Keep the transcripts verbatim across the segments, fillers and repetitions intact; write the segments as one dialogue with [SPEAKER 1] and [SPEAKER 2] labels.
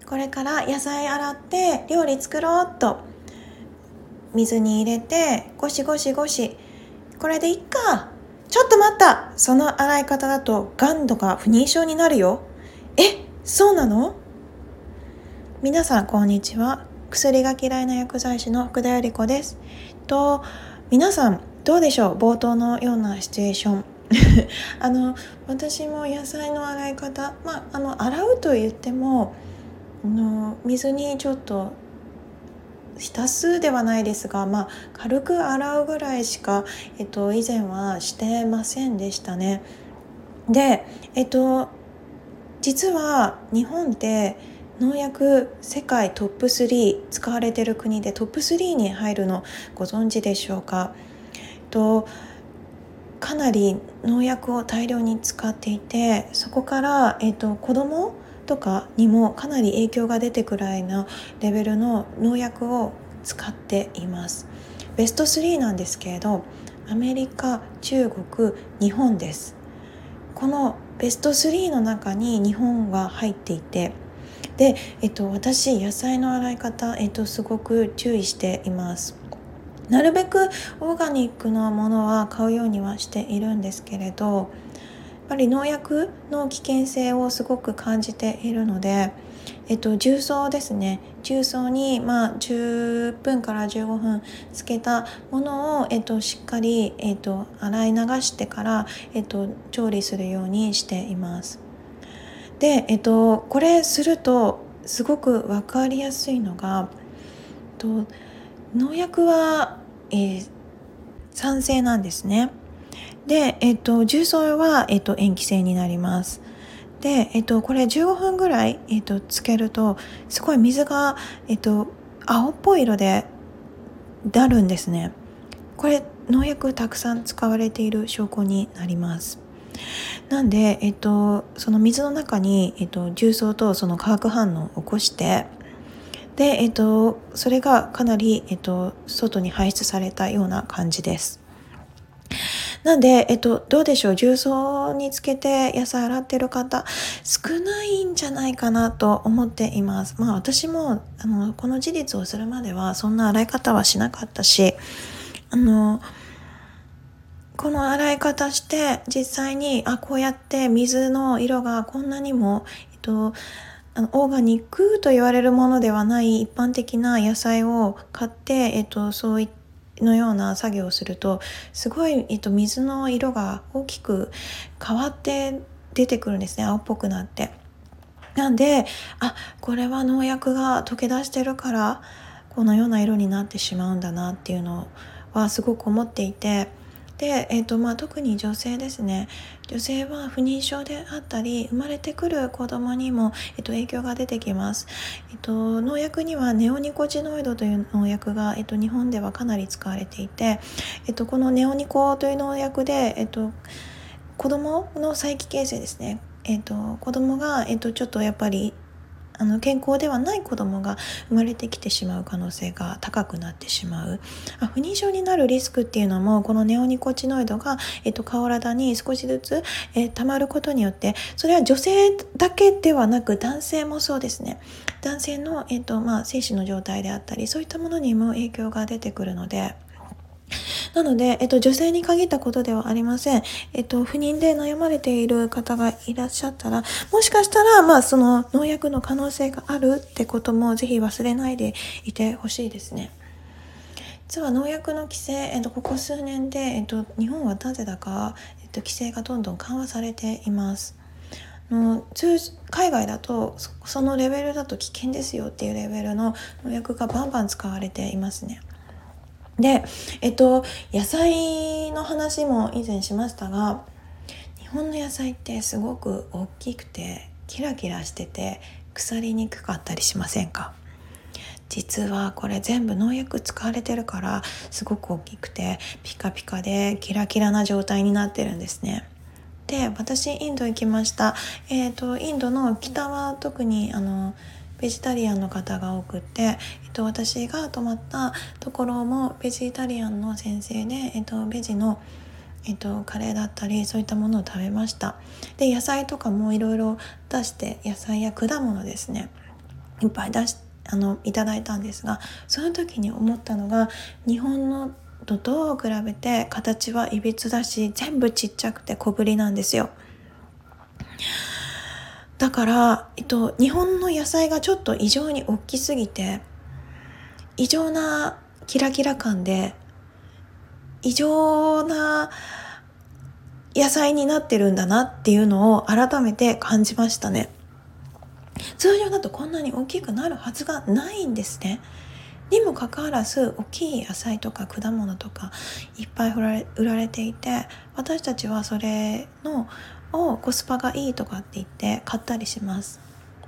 [SPEAKER 1] これから野菜洗って料理作ろうと水に入れてゴシゴシゴシ、これでいっか。ちょっと待った、その洗い方だとがんとか不妊症になるよ。え、そうなの？皆さんこんにちは。薬が嫌いな薬剤師の福田由里子です。と皆さんどうでしょう、冒頭のようなシチュエーションあの私も野菜の洗い方、まあ、あの洗うと言ってもあの水にちょっと浸すではないですが、まあ、軽く洗うぐらいしか、えっと、以前はしてませんでしたね。で、えっと、実は日本って農薬世界トップスリー使われている国でトップスリーに入るのご存知でしょうか。えっと、かなり農薬を大量に使っていて、そこから、えっと、子供とかにもかなり影響が出てくるくらいのレベルの農薬を使っています。ベストスリーなんですけれど、アメリカ、中国、日本です。このベストスリーの中に日本は入っていて、で、えっと、私野菜の洗い方、えっと、すごく注意しています。なるべくオーガニックなものは買うようにはしているんですけれど、やっぱり農薬の危険性をすごく感じているので、えっと、重曹ですね。重曹に、まあ、じゅっぷんからじゅうごふんつけたものを、えっと、しっかり、えっと、洗い流してから、えっと、調理するようにしています。で、えっと、これするとすごく分かりやすいのが、えっと、農薬は、えー、酸性なんですね。で、えっと、重曹は、えっと、塩基性になります。で、えっと、これじゅうごふんぐらい、えっと、つけるとすごい水が、えっと、青っぽい色でなるんですね。これ農薬たくさん使われている証拠になります。なんで、えっと、その水の中に、えっと、重曹とその化学反応を起こして、で、えっと、それがかなり、えっと、外に排出されたような感じです。なんで、えっと、どうでしょう、重曹につけて野菜洗ってる方少ないんじゃないかなと思っています。まあ私もあのこの事実をするまではそんな洗い方はしなかったし、あのこの洗い方して実際にあこうやって水の色がこんなにも、えっと、あのオーガニックと言われるものではない一般的な野菜を買って、えっと、そういったのような作業をするとすごい、えっと、水の色が大きく変わって出てくるんですね。青っぽくなって。なんであこれは農薬が溶け出してるからこのような色になってしまうんだなっていうのはすごく思っていて、で、えーとまあ、特に女性ですね。女性は不妊症であったり生まれてくる子供にも、えーと影響が出てきます。えーと農薬にはネオニコチノイドという農薬が、えーと日本ではかなり使われていて、えーとこのネオニコという農薬で、えーと子供の再帰形成ですね。えーと子供が、えーとちょっとやっぱりあの健康ではない子供が生まれてきてしまう可能性が高くなってしまう。あ不妊症になるリスクっていうのもこのネオニコチノイドが、えっと、体に少しずつ、えー、溜まることによって、それは女性だけではなく男性もそうですね。男性の、えっとまあ、精子の状態であったりそういったものにも影響が出てくるので、なので、えっと、女性に限ったことではありません。えっと、不妊で悩まれている方がいらっしゃったら、もしかしたら、まあ、その農薬の可能性があるってこともぜひ忘れないでいてほしいですね。実は農薬の規制、えっと、ここ数年で、えっと、日本はなぜだか、えっと、規制がどんどん緩和されています。の通海外だと そ, そのレベルだと危険ですよっていうレベルの農薬がバンバン使われていますね。で、えっと、野菜の話も以前しましたが、日本の野菜ってすごく大きくてキラキラしてて腐りにくかったりしませんか？実はこれ全部農薬使われてるからすごく大きくてピカピカでキラキラな状態になってるんですね。で、私インド行きました。えっと、インドの北は特にあのベジタリアンの方が多くって、えっと、私が泊まったところもベジタリアンの先生で、えっと、ベジの、えっと、カレーだったりそういったものを食べました。で、野菜とかもいろいろ出して、野菜や果物ですねいっぱい出しあのいただいたんですが、その時に思ったのが、日本のとどう比べて形はいびつだし、全部ちっちゃくて小ぶりなんですよ。だから、えっと、日本の野菜がちょっと異常に大きすぎて、異常なキラキラ感で異常な野菜になってるんだなっていうのを改めて感じましたね。通常だとこんなに大きくなるはずがないんですね。にもかかわらず大きい野菜とか果物とかいっぱい売られ、売られていて、私たちはそれのをコスパがいいとかって言って買ったりします。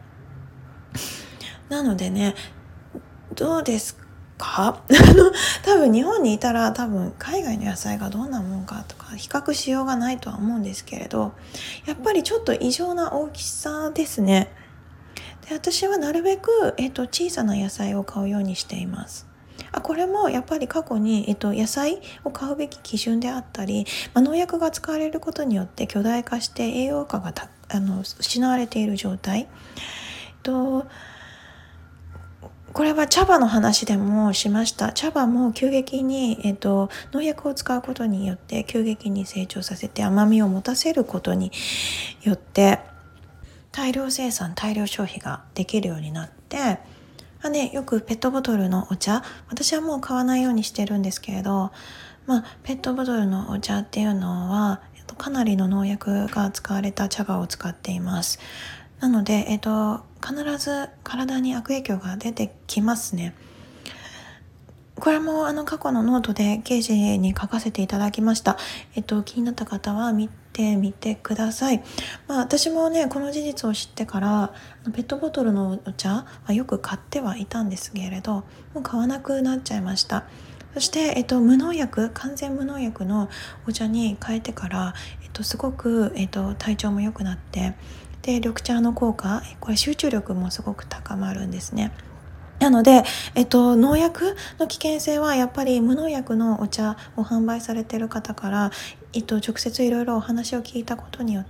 [SPEAKER 1] なのでね、どうですか多分日本にいたら多分海外の野菜がどんなもんかとか比較しようがないとは思うんですけれど、やっぱりちょっと異常な大きさですね。で、私はなるべく、えっと、小さな野菜を買うようにしています。あ、これもやっぱり過去に、えっと、野菜を買うべき基準であったり、まあ、農薬が使われることによって巨大化して栄養価がたあの失われている状態、えっとこれは茶葉の話でもしました。茶葉も急激に、えっと、農薬を使うことによって急激に成長させて甘みを持たせることによって大量生産、大量消費ができるようになって、あ、ね、よくペットボトルのお茶、私はもう買わないようにしてるんですけれど、まあ、ペットボトルのお茶っていうのはかなりの農薬が使われた茶葉を使っています。なので、えっと、必ず体に悪影響が出てきますね。これもあの過去のノートで記事に書かせていただきました。えっと、気になった方は見てみてください。まあ、私もね、この事実を知ってからペットボトルのお茶はよく買ってはいたんですけれど、もう買わなくなっちゃいました。そして、えっと、無農薬、完全無農薬のお茶に変えてから、えっと、すごく、えっと、体調も良くなって、で、緑茶の効果、これ集中力もすごく高まるんですね。なので、えっと、農薬の危険性はやっぱり無農薬のお茶を販売されている方から、えっと、直接いろいろお話を聞いたことによって、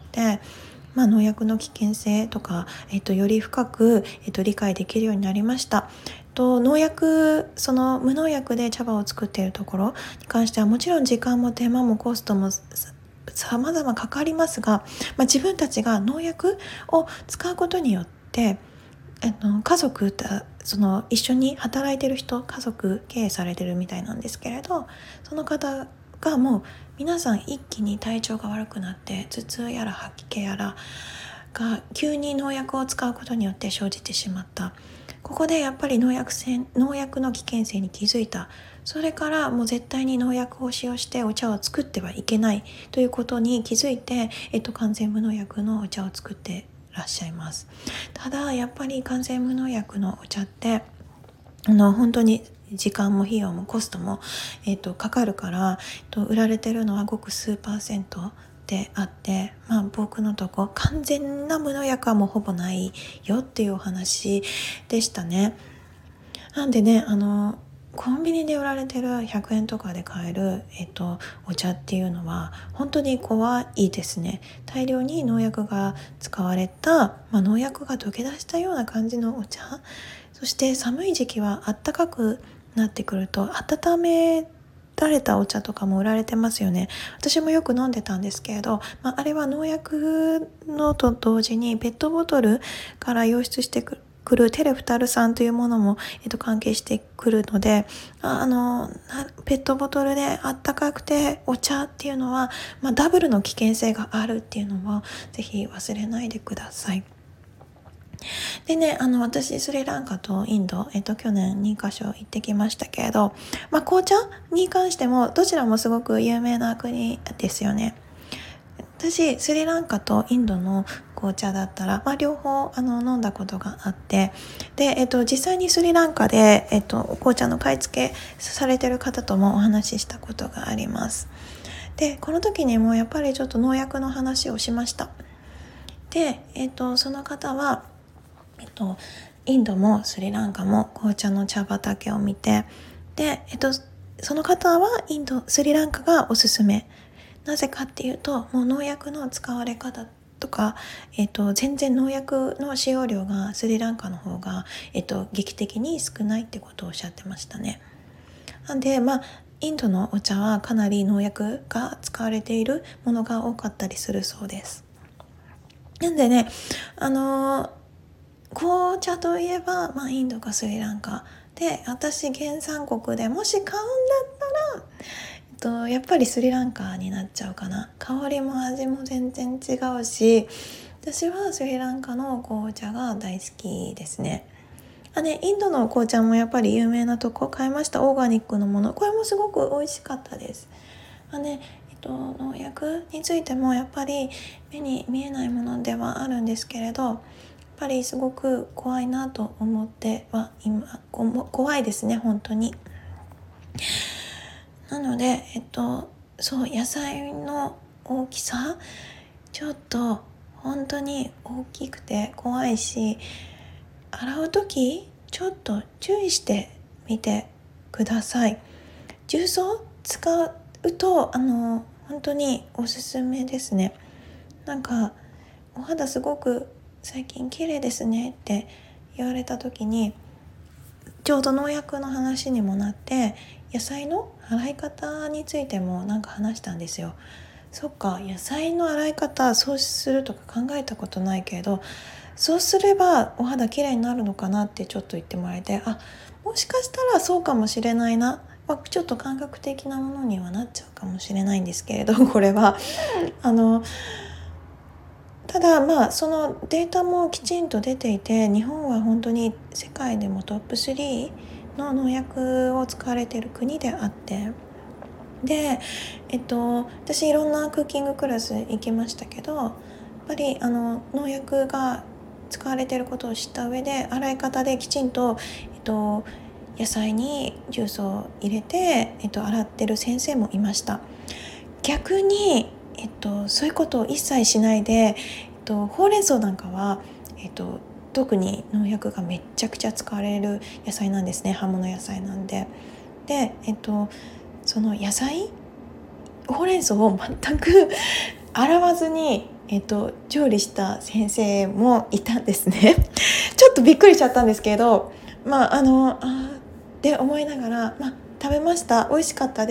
[SPEAKER 1] まあ、農薬の危険性とか、えっと、より深く、えっと、理解できるようになりました。と農薬、その無農薬で茶葉を作っているところに関してはもちろん時間も手間もコストも様々かかりますが、まあ、自分たちが農薬を使うことによってあの家族その一緒に働いてる人、家族経営されてるみたいなんですけれど、その方がもう皆さん一気に体調が悪くなって頭痛やら吐き気やらが急に農薬を使うことによって生じてしまった。ここでやっぱり農薬性農薬の危険性に気づいた。それからもう絶対に農薬を使用してお茶を作ってはいけないということに気づいて、えっと、完全無農薬のお茶を作ってらっしゃいます。ただやっぱり完全無農薬のお茶ってあの本当に時間も費用もコストも、えっと、かかるから、えっと、売られてるのはごく数パーセントであって、まあ、僕のとこ完全な無農薬はもうほぼないよっていうお話でしたね。なんでね、あのコンビニで売られてるひゃくえんとかで買える、えっと、お茶っていうのは本当に怖いですね。大量に農薬が使われた、まあ、農薬が溶け出したような感じのお茶。そして寒い時期はあったかくなってくると温められたお茶とかも売られてますよね。私もよく飲んでたんですけれど、まあ、あれは農薬のと同時にペットボトルから溶出してくるくるテレフタル酸というものも、えっと、関係してくるので、あのペットボトルであったかくてお茶っていうのは、まあ、ダブルの危険性があるっていうのはぜひ忘れないでください。でね、あの私スリランカとインド、えっと、去年にカ所行ってきましたけれど、まあ、紅茶に関してもどちらもすごく有名な国ですよね。私スリランカとインドの紅茶だったら、まあ、両方あの飲んだことがあって、で、えっと、実際にスリランカで、えっと、紅茶の買い付けされてる方ともお話ししたことがあります。でこの時にもやっぱりちょっと農薬の話をしました。で、えっと、その方は、えっと、インドもスリランカも紅茶の茶畑を見て、で、えっと、その方はインド、スリランカがおすすめ。なぜかっていうと、もう農薬の使われ方とか、えっと、全然農薬の使用量がスリランカの方が、えっと、劇的に少ないってことをおっしゃってましたね。なんで、まあ、インドのお茶はかなり農薬が使われているものが多かったりするそうです。なんでね、あのー、紅茶といえば、まあ、インドかスリランカで、私原産国でもし買うんだったら、えっと、やっぱりスリランカになっちゃうかな。香りも味も全然違うし、私はスリランカの紅茶が大好きですね。あね、インドの紅茶もやっぱり有名なとこ買いました。オーガニックのもの、これもすごく美味しかったです。あね、えっと、農薬についてもやっぱり目に見えないものではあるんですけれど、やっぱりすごく怖いなと思っては今怖いですね、本当に。なので、えっと、そう野菜の大きさちょっと本当に大きくて怖いし、洗う時ちょっと注意してみてください。重曹使うとあの本当におすすめですね。なんかお肌すごく最近綺麗ですねって言われた時に、ちょうど農薬の話にもなって野菜の洗い方についてもなんか話したんですよ。そっか、野菜の洗い方そうするとか考えたことないけど、そうすればお肌綺麗になるのかなってちょっと言ってもらえて、あ、もしかしたらそうかもしれないな、まあ、ちょっと感覚的なものにはなっちゃうかもしれないんですけれど、これはあのただまあそのデータもきちんと出ていて、日本は本当に世界でもトップスリーの農薬を使われている国であって、で、えっと、私いろんなクッキングクラス行きましたけど、やっぱりあの農薬が使われていることを知った上で洗い方できちんと、えっと、野菜に重曹を入れて、えっと、洗ってる先生もいました。逆に、えっと、そういうことを一切しないで、えっと、ほうれん草なんかは、えっと、特に農薬がめちゃくちゃ使われる野菜なんですね。葉物野菜なんで。で、えっと、その野菜ほうれん草を全く洗わずに、えっと、調理した先生もいたんですねちょっとびっくりしちゃったんですけど、まああのあって思いながら、まあ、食べました。美味しかったです。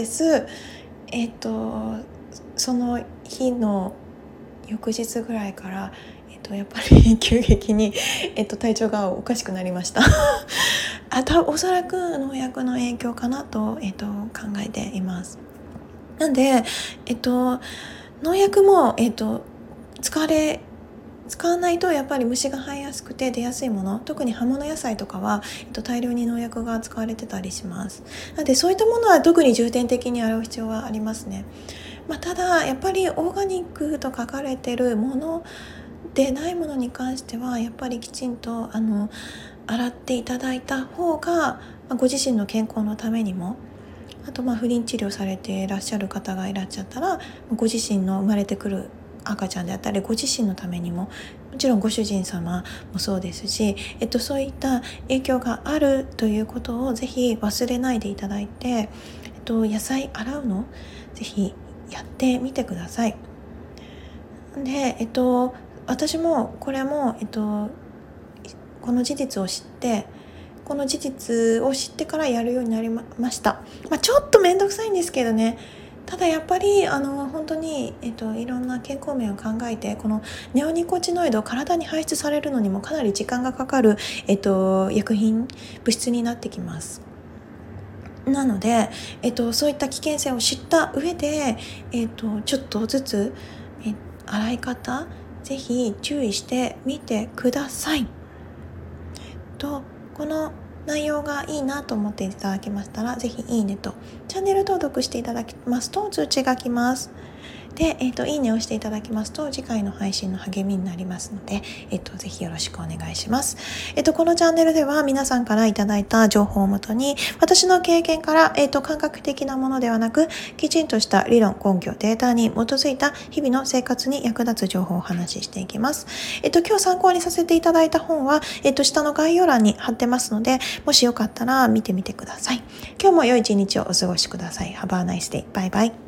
[SPEAKER 1] えっとその日の翌日ぐらいから、えっと、やっぱり急激に、えっと、体調がおかしくなりましたあとおそらく農薬の影響かなと、えっと、考えています。なんで、えっと、農薬も、えっと、使われ使わないとやっぱり虫が生えやすくて出やすいもの、特に葉物野菜とかは、えっと、大量に農薬が使われてたりします。なのでそういったものは特に重点的に洗う必要はありますね。まあ、ただやっぱりオーガニックと書かれてるものでないものに関してはやっぱりきちんとあの洗っていただいた方が、まあ、ご自身の健康のためにも、あとまあ不妊治療されていらっしゃる方がいらっしゃったら、ご自身の生まれてくる赤ちゃんであったりご自身のためにも、もちろんご主人様もそうですし、えっと、そういった影響があるということをぜひ忘れないでいただいて、えっと、野菜洗うのぜひやってみてください。で、えっと、私もこれも、えっと、この事実を知ってこの事実を知ってからやるようになりました。まあ、ちょっとめんどくさいんですけどね。ただやっぱりあの本当に、えっと、いろんな健康面を考えて、このネオニコチノイド体に排出されるのにもかなり時間がかかる、えっと、薬品物質になってきます。なので、えっと、そういった危険性を知った上で、えっと、ちょっとずつえ洗い方ぜひ注意してみてください。とこの内容がいいなと思っていただけましたら、ぜひいいねとチャンネル登録していただきますと通知が来ます。で、えーと、いいねをしていただきますと次回の配信の励みになりますので、えーと、ぜひよろしくお願いします。えーと、このチャンネルでは皆さんからいただいた情報をもとに、私の経験から、えーと、感覚的なものではなく、きちんとした理論、根拠、データに基づいた日々の生活に役立つ情報をお話ししていきます。えーと、今日参考にさせていただいた本は、えーと、下の概要欄に貼ってますので、もしよかったら見てみてください。今日も良い一日をお過ごしください。Have a nice day. バイバイ。